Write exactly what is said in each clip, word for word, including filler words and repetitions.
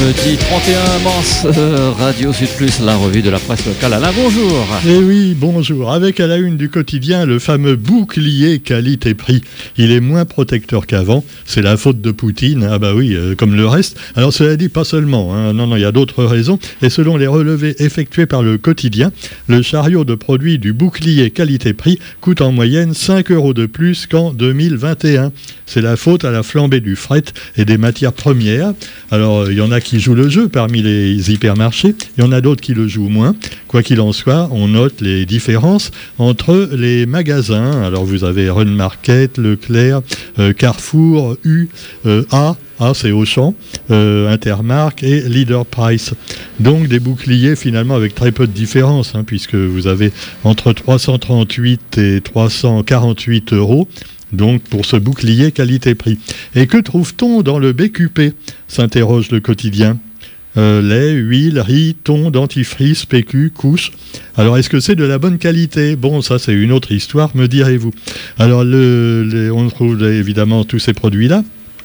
jeudi trente et un mars, euh, Radio Sud Plus, la revue de la presse locale. Alain, bonjour. Eh oui, bonjour. Avec à la une du quotidien, le fameux bouclier qualité-prix. Il est moins protecteur qu'avant. C'est la faute de Poutine. Ah bah oui, euh, comme le reste. Alors cela dit, pas seulement. Hein. Non, non, il y a d'autres raisons. Et selon les relevés effectués par le quotidien, le chariot de produits du bouclier qualité-prix coûte en moyenne cinq euros de plus qu'en deux mille vingt et un. C'est la faute à la flambée du fret et des matières premières. Alors, il y en a qui jouent le jeu parmi les hypermarchés, il y en a d'autres qui le jouent moins. Quoi qu'il en soit, on note les différences entre les magasins. Alors, vous avez Run Market, Leclerc, euh, Carrefour, U, euh, A, A c'est Auchan, euh, Intermark et Leader Price. Donc, des boucliers finalement avec très peu de différence, hein, puisque vous avez entre trois cent trente-huit et trois cent quarante-huit euros. Donc, pour ce bouclier qualité-prix. Et que trouve-t-on dans le B Q P ? S'interroge le quotidien. Euh, lait, huile, riz, thon, dentifrice, P Q, couche. Alors, est-ce que c'est de la bonne qualité ? Bon, ça, c'est une autre histoire, me direz-vous. Alors, le, le, on trouve évidemment tous ces produits-là.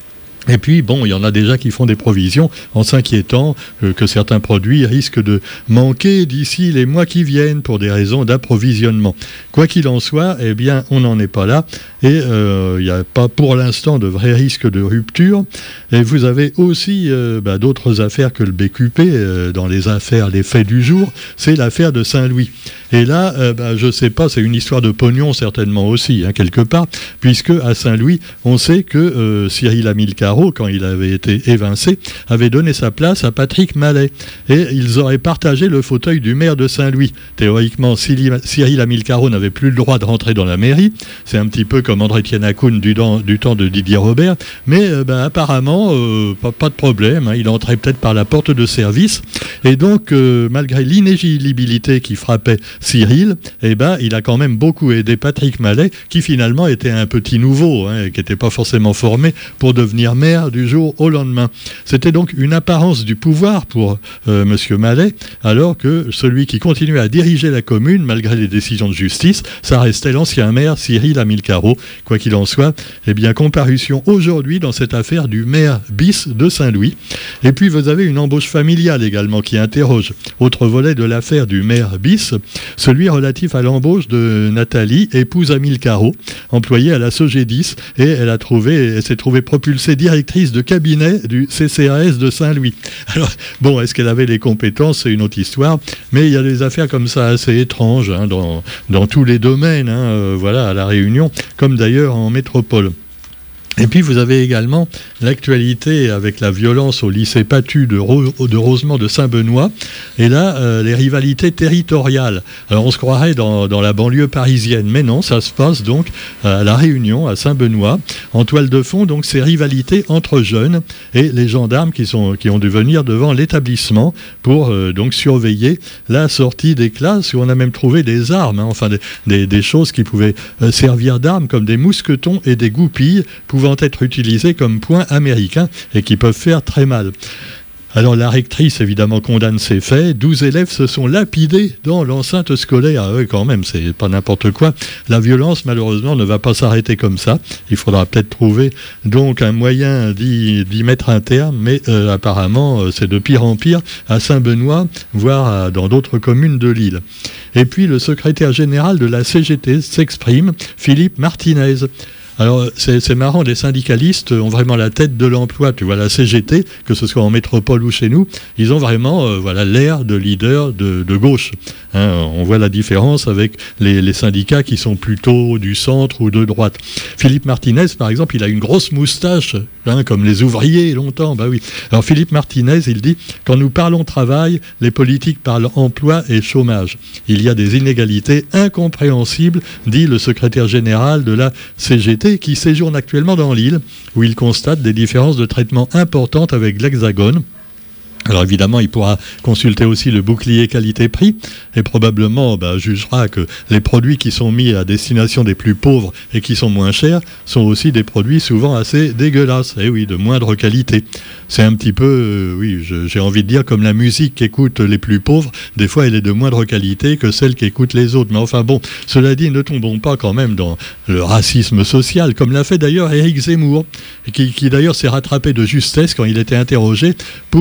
Et puis, bon, il y en a déjà qui font des provisions en s'inquiétant euh, que certains produits risquent de manquer d'ici les mois qui viennent pour des raisons d'approvisionnement. Quoi qu'il en soit, eh bien, on n'en est pas là et il euh, n'y a pas pour l'instant de vrai risque de rupture. Et vous avez aussi euh, bah, d'autres affaires que le B Q P euh, dans les affaires, les faits du jour, c'est l'affaire de Saint-Louis. Et là, euh, bah, je sais pas, c'est une histoire de pognon certainement aussi, hein, quelque part, puisque à Saint-Louis, on sait que euh, Cyril Hamilcarraud, quand il avait été évincé, avait donné sa place à Patrick Mallet. Et ils auraient partagé le fauteuil du maire de Saint-Louis. Théoriquement, Cyril Hamilcarraud n'avait plus le droit de rentrer dans la mairie. C'est un petit peu comme André Tianakoun du, du temps de Didier Robert. Mais euh, bah, apparemment, euh, pas, pas de problème. Hein, il entrait peut-être par la porte de service. Et donc, euh, malgré l'inéligibilité qui frappait Cyril, eh ben, il a quand même beaucoup aidé Patrick Mallet, qui finalement était un petit nouveau, hein, qui n'était pas forcément formé pour devenir maire du jour au lendemain. C'était donc une apparence du pouvoir pour euh, M. Mallet, alors que celui qui continuait à diriger la commune, malgré les décisions de justice, ça restait l'ancien maire Cyril Hamilcarraud. Quoi qu'il en soit, eh bien, comparution aujourd'hui dans cette affaire du maire bis de Saint-Louis. Et puis, vous avez une embauche familiale également qui interroge. Autre volet de l'affaire du maire bis, celui relatif à l'embauche de Nathalie, épouse Hamilcarraud, employée à la Sogedis, et elle a trouvé, elle s'est trouvée propulsée directrice de cabinet du C C A S de Saint-Louis. Alors, bon, est-ce qu'elle avait les compétences ? C'est une autre histoire, mais il y a des affaires comme ça assez étranges, hein, dans, dans tous les domaines, hein, euh, voilà, à La Réunion, comme d'ailleurs en métropole. Et puis vous avez également l'actualité avec la violence au lycée Patu de, Ro- de Rosemont de Saint-Benoît. Et là, euh, les rivalités territoriales. Alors on se croirait dans, dans la banlieue parisienne, mais non, ça se passe donc à La Réunion, à Saint-Benoît. En toile de fond, donc ces rivalités entre jeunes et les gendarmes qui, sont, qui ont dû venir devant l'établissement pour euh, donc surveiller la sortie des classes, où on a même trouvé des armes, hein, enfin des, des, des choses qui pouvaient euh, servir d'armes, comme des mousquetons et des goupilles, pouvant être utilisés comme points américains et qui peuvent faire très mal. Alors la rectrice, évidemment, condamne ces faits. douze élèves se sont lapidés dans l'enceinte scolaire. Ah oui, quand même, c'est pas n'importe quoi. La violence, malheureusement, ne va pas s'arrêter comme ça. Il faudra peut-être trouver donc un moyen d'y, d'y mettre un terme, mais euh, apparemment, euh, c'est de pire en pire à Saint-Benoît, voire à, dans d'autres communes de l'île. Et puis, le secrétaire général de la C G T s'exprime, Philippe Martinez. Alors, c'est, c'est marrant, les syndicalistes ont vraiment la tête de l'emploi. Tu vois, la C G T, que ce soit en métropole ou chez nous, ils ont vraiment euh, voilà, l'air de leader de, de gauche. Hein, on voit la différence avec les, les syndicats qui sont plutôt du centre ou de droite. Philippe Martinez, par exemple, il a une grosse moustache, hein, comme les ouvriers longtemps. Bah oui. Alors, Philippe Martinez, il dit « Quand nous parlons travail, les politiques parlent emploi et chômage. Il y a des inégalités incompréhensibles, dit le secrétaire général de la C G T, qui séjourne actuellement dans l'île, où il constate des différences de traitement importantes avec l'Hexagone. Alors évidemment, il pourra consulter aussi le bouclier qualité-prix et probablement bah, jugera que les produits qui sont mis à destination des plus pauvres et qui sont moins chers sont aussi des produits souvent assez dégueulasses, et oui, de moindre qualité. C'est un petit peu, euh, oui, je, j'ai envie de dire, comme la musique qu'écoutent les plus pauvres, des fois elle est de moindre qualité que celle qu'écoutent les autres. Mais enfin bon, cela dit, ne tombons pas quand même dans le racisme social, comme l'a fait d'ailleurs Éric Zemmour, qui, qui d'ailleurs s'est rattrapé de justesse quand il était interrogé pour... Euh,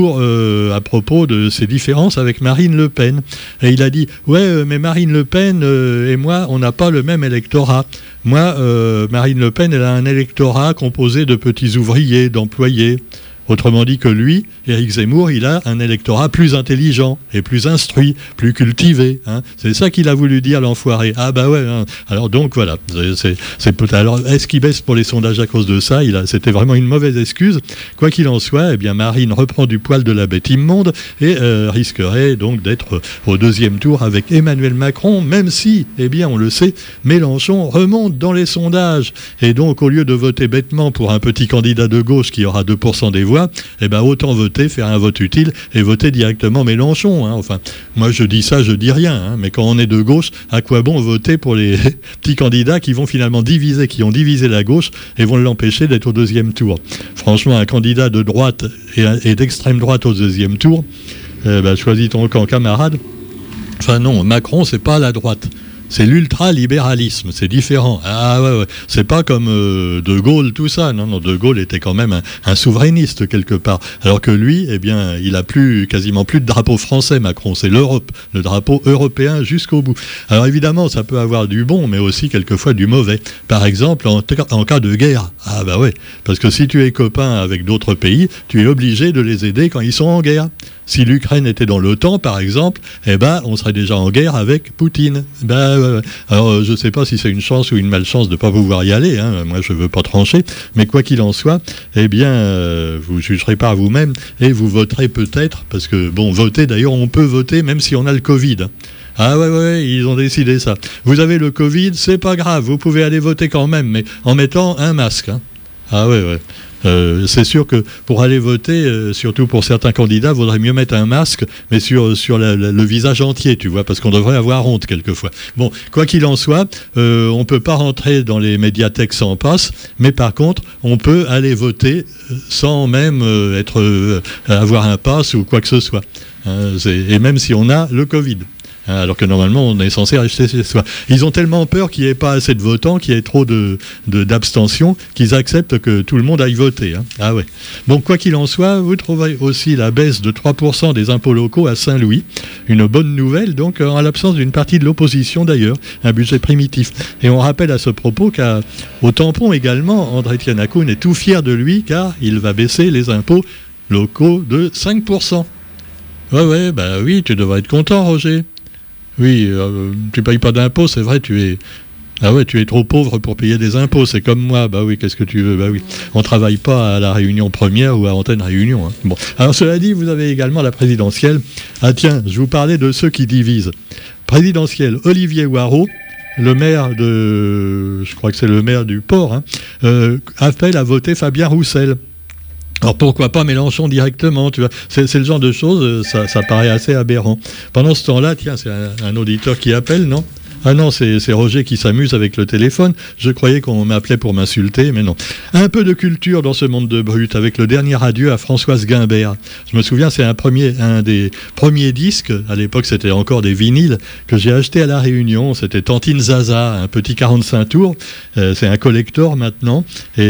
euh, à propos de ses différences avec Marine Le Pen. Et il a dit « Ouais, euh, mais Marine Le Pen euh, et moi, on n'a pas le même électorat. Moi, euh, Marine Le Pen, elle a un électorat composé de petits ouvriers, d'employés. » Autrement dit que lui, Éric Zemmour, il a un électorat plus intelligent et plus instruit, plus cultivé. Hein. C'est ça qu'il a voulu dire, l'enfoiré. Ah bah ouais. Hein. Alors donc voilà. C'est, c'est, c'est peut- Alors est-ce qu'il baisse pour les sondages à cause de ça? Il a, c'était vraiment une mauvaise excuse. Quoi qu'il en soit, eh bien Marine reprend du poil de la bête immonde et euh, risquerait donc d'être au deuxième tour avec Emmanuel Macron, même si, eh bien on le sait, Mélenchon remonte dans les sondages. Et donc au lieu de voter bêtement pour un petit candidat de gauche qui aura deux pour cent des voix, eh ben autant voter, faire un vote utile et voter directement Mélenchon. Hein. Enfin, moi je dis ça, je dis rien. Hein. Mais quand on est de gauche, à quoi bon voter pour les petits candidats qui vont finalement diviser, qui ont divisé la gauche et vont l'empêcher d'être au deuxième tour? Franchement, un candidat de droite et, et d'extrême droite au deuxième tour, eh ben, choisis ton camp, camarade. Enfin non, Macron, c'est pas la droite. C'est l'ultralibéralisme, c'est différent. Ah ouais, ouais. C'est pas comme euh, De Gaulle, tout ça. Non, non, De Gaulle était quand même un, un souverainiste quelque part. Alors que lui, eh bien, il a plus, quasiment plus de drapeau français, Macron. C'est l'Europe, le drapeau européen jusqu'au bout. Alors évidemment, ça peut avoir du bon, mais aussi quelquefois du mauvais. Par exemple, en, en cas de guerre. Ah bah ouais, parce que si tu es copain avec d'autres pays, tu es obligé de les aider quand ils sont en guerre. Si l'Ukraine était dans l'OTAN, par exemple, eh ben, on serait déjà en guerre avec Poutine. Ben, euh, alors, je ne sais pas si c'est une chance ou une malchance de ne pas pouvoir y aller. Hein. Moi, je ne veux pas trancher. Mais quoi qu'il en soit, eh bien, euh, vous jugerez par vous-même et vous voterez peut-être, parce que, bon, voter, d'ailleurs, on peut voter même si on a le Covid. Ah ouais, ouais, ils ont décidé ça. Vous avez le Covid, c'est pas grave, vous pouvez aller voter quand même, mais en mettant un masque. Hein. Ah ouais, ouais. Euh, c'est sûr que pour aller voter, euh, surtout pour certains candidats, il vaudrait mieux mettre un masque, mais sur, sur la, la, le visage entier, tu vois, parce qu'on devrait avoir honte quelquefois. Bon, quoi qu'il en soit, euh, on ne peut pas rentrer dans les médiathèques sans passe, mais par contre, on peut aller voter sans même euh, être, euh, avoir un pass ou quoi que ce soit. Hein, c'est, et même si on a le Covid. Alors que normalement on est censé rester chez soi. Ils ont tellement peur qu'il n'y ait pas assez de votants, qu'il y ait trop de, de, d'abstention, qu'ils acceptent que tout le monde aille voter. Hein. Ah ouais. Donc quoi qu'il en soit, vous trouverez aussi la baisse de trois pour cent des impôts locaux à Saint-Louis. Une bonne nouvelle, donc en l'absence d'une partie de l'opposition d'ailleurs, un budget primitif. Et on rappelle à ce propos qu'au tampon également, André Tianakoun est tout fier de lui car il va baisser les impôts locaux de cinq pour cent. Ouais, ouais, bah oui, tu devrais être content, Roger. Oui, euh, tu payes pas d'impôts, c'est vrai, tu es... Ah ouais, tu es trop pauvre pour payer des impôts, c'est comme moi, bah oui, qu'est-ce que tu veux, bah oui. On travaille pas à la Réunion première ou à Antenne Réunion. Hein. Bon, alors cela dit, vous avez également la présidentielle. Ah tiens, je vous parlais de ceux qui divisent. Présidentielle, Olivier Hoareau, le maire de... Je crois que c'est le maire du Port, hein, euh, appelle à voter Fabien Roussel. Alors pourquoi pas Mélenchon directement, tu vois, c'est, c'est le genre de choses, ça, ça paraît assez aberrant. Pendant ce temps-là, tiens, c'est un, un auditeur qui appelle, non ? Ah non, c'est, c'est Roger qui s'amuse avec le téléphone. Je croyais qu'on m'appelait pour m'insulter, mais non. Un peu de culture dans ce monde de brut, avec le dernier adieu à Françoise Guimbert. Je me souviens, c'est un, premier, un des premiers disques, à l'époque c'était encore des vinyles, que j'ai acheté à La Réunion. C'était Tantine Zaza, un petit quarante-cinq tours. Euh, c'est un collector maintenant.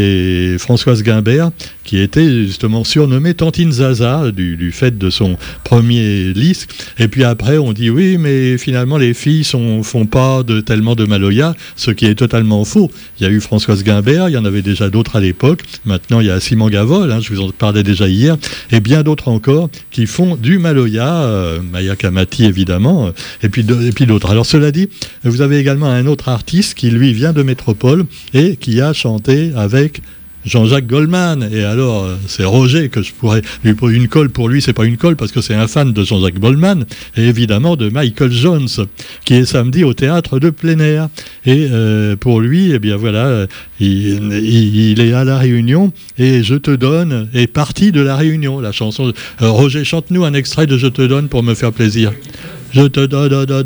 Et Françoise Guimbert, qui était justement surnommée Tantine Zaza, du, du fait de son premier disque. Et puis après, on dit oui, mais finalement les filles sont, font pas de tellement de Maloya, ce qui est totalement faux. Il y a eu Françoise Guimbert, il y en avait déjà d'autres à l'époque. Maintenant, il y a Simon Gavol, hein, je vous en parlais déjà hier, et bien d'autres encore qui font du Maloya, euh, Maya Kamati évidemment, euh, et, puis de, et puis d'autres. Alors cela dit, vous avez également un autre artiste qui lui vient de Métropole et qui a chanté avec Jean-Jacques Goldman. Et alors, c'est Roger que je pourrais lui poser une colle. Pour lui, c'est pas une colle parce que c'est un fan de Jean-Jacques Goldman et évidemment de Michael Jones, qui est samedi au théâtre de plein air. Et euh, pour lui, eh bien voilà, il, il, il est à La Réunion et Je te donne est partie de La Réunion. La chanson. Euh, Roger, chante-nous un extrait de Je te donne pour me faire plaisir. Je te donne.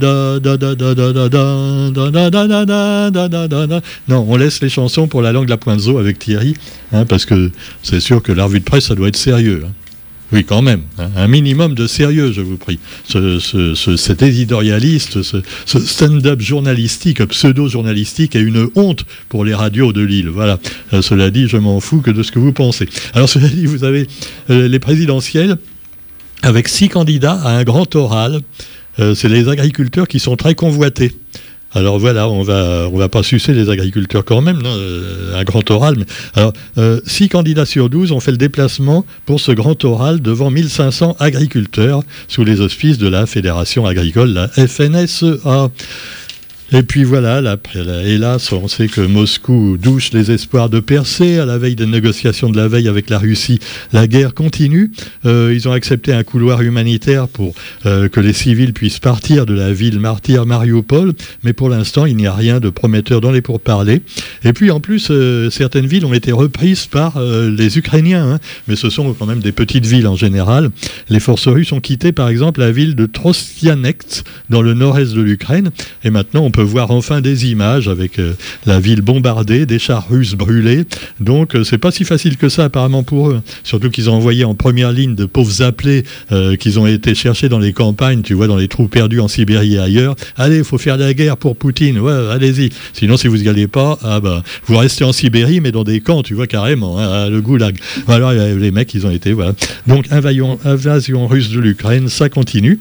Non, on laisse les chansons pour la langue de la Pointe-Zo avec Thierry, hein, parce que c'est sûr que la revue de presse, ça doit être sérieux. Hein. Oui, quand même, hein, un minimum de sérieux, je vous prie. Ce, ce, ce, cet éditorialiste, ce, ce stand-up journalistique, pseudo-journalistique, est une honte pour les radios de l'île. Voilà. Euh, cela dit, je m'en fous que de ce que vous pensez. Alors, cela dit, vous avez euh, les présidentielles. avec six candidats à un grand oral. Euh, c'est les agriculteurs qui sont très convoités. Alors voilà, on va on va pas sucer les agriculteurs quand même, non, euh, un grand oral. Mais, alors, euh, six candidats sur douze ont fait le déplacement pour ce grand oral devant mille cinq cents agriculteurs sous les auspices de la Fédération agricole, la F N S A. Et puis voilà, là, hélas, on sait que Moscou douche les espoirs de percer. À la veille des négociations de la veille avec la Russie, la guerre continue. Euh, ils ont accepté un couloir humanitaire pour euh, que les civils puissent partir de la ville martyre Mariupol. Mais pour l'instant, il n'y a rien de prometteur dans les pourparlers. Et puis en plus, euh, certaines villes ont été reprises par euh, les Ukrainiens. Hein, mais ce sont quand même des petites villes en général. Les forces russes ont quitté par exemple la ville de Trostianets dans le nord-est de l'Ukraine. Et maintenant, on peut voir enfin des images avec euh, la ville bombardée, des chars russes brûlés. Donc euh, c'est pas si facile que ça apparemment pour eux. Surtout qu'ils ont envoyé en première ligne de pauvres appelés euh, qu'ils ont été chercher dans les campagnes, tu vois, dans les trous perdus en Sibérie et ailleurs. Allez, il faut faire la guerre pour Poutine. Ouais, allez-y. Sinon, si vous n'y allez pas, ah bah, vous restez en Sibérie, mais dans des camps, tu vois, carrément, hein, le goulag. Alors les mecs, ils ont été, voilà. Donc invasion, invasion russe de l'Ukraine, ça continue.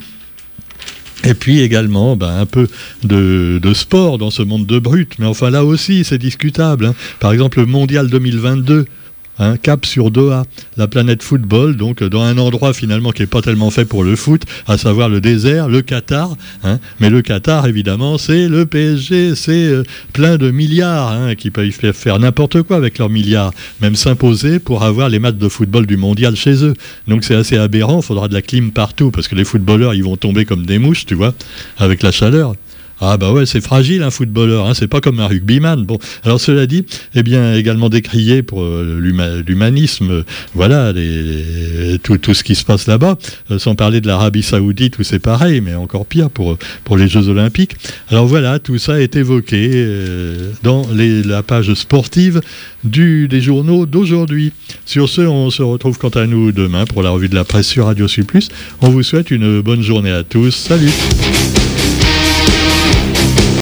Et puis également, ben, un peu de, de sport dans ce monde de brut. Mais enfin, là aussi, c'est discutable. Hein. Par exemple, le Mondial deux mille vingt-deux, hein, cap sur Doha, la planète football, donc dans un endroit finalement qui n'est pas tellement fait pour le foot, à savoir le désert, le Qatar. Hein. Mais le Qatar, évidemment, c'est le P S G, c'est euh, plein de milliards hein, qui peuvent faire n'importe quoi avec leurs milliards, même s'imposer pour avoir les matchs de football du mondial chez eux. Donc c'est assez aberrant, il faudra de la clim partout, parce que les footballeurs, ils vont tomber comme des mouches, tu vois, avec la chaleur. Ah bah ouais, c'est fragile un footballeur, hein, c'est pas comme un rugbyman. Bon, alors cela dit, eh bien également décrié pour euh, l'huma- l'humanisme, euh, voilà, les, tout, tout ce qui se passe là-bas, euh, sans parler de l'Arabie Saoudite où c'est pareil, mais encore pire pour, pour les Jeux Olympiques. Alors voilà, tout ça est évoqué euh, dans les, la page sportive du, des journaux d'aujourd'hui. Sur ce, on se retrouve quant à nous demain pour la revue de la presse sur Radio Sud Plus. On vous souhaite une bonne journée à tous. Salut!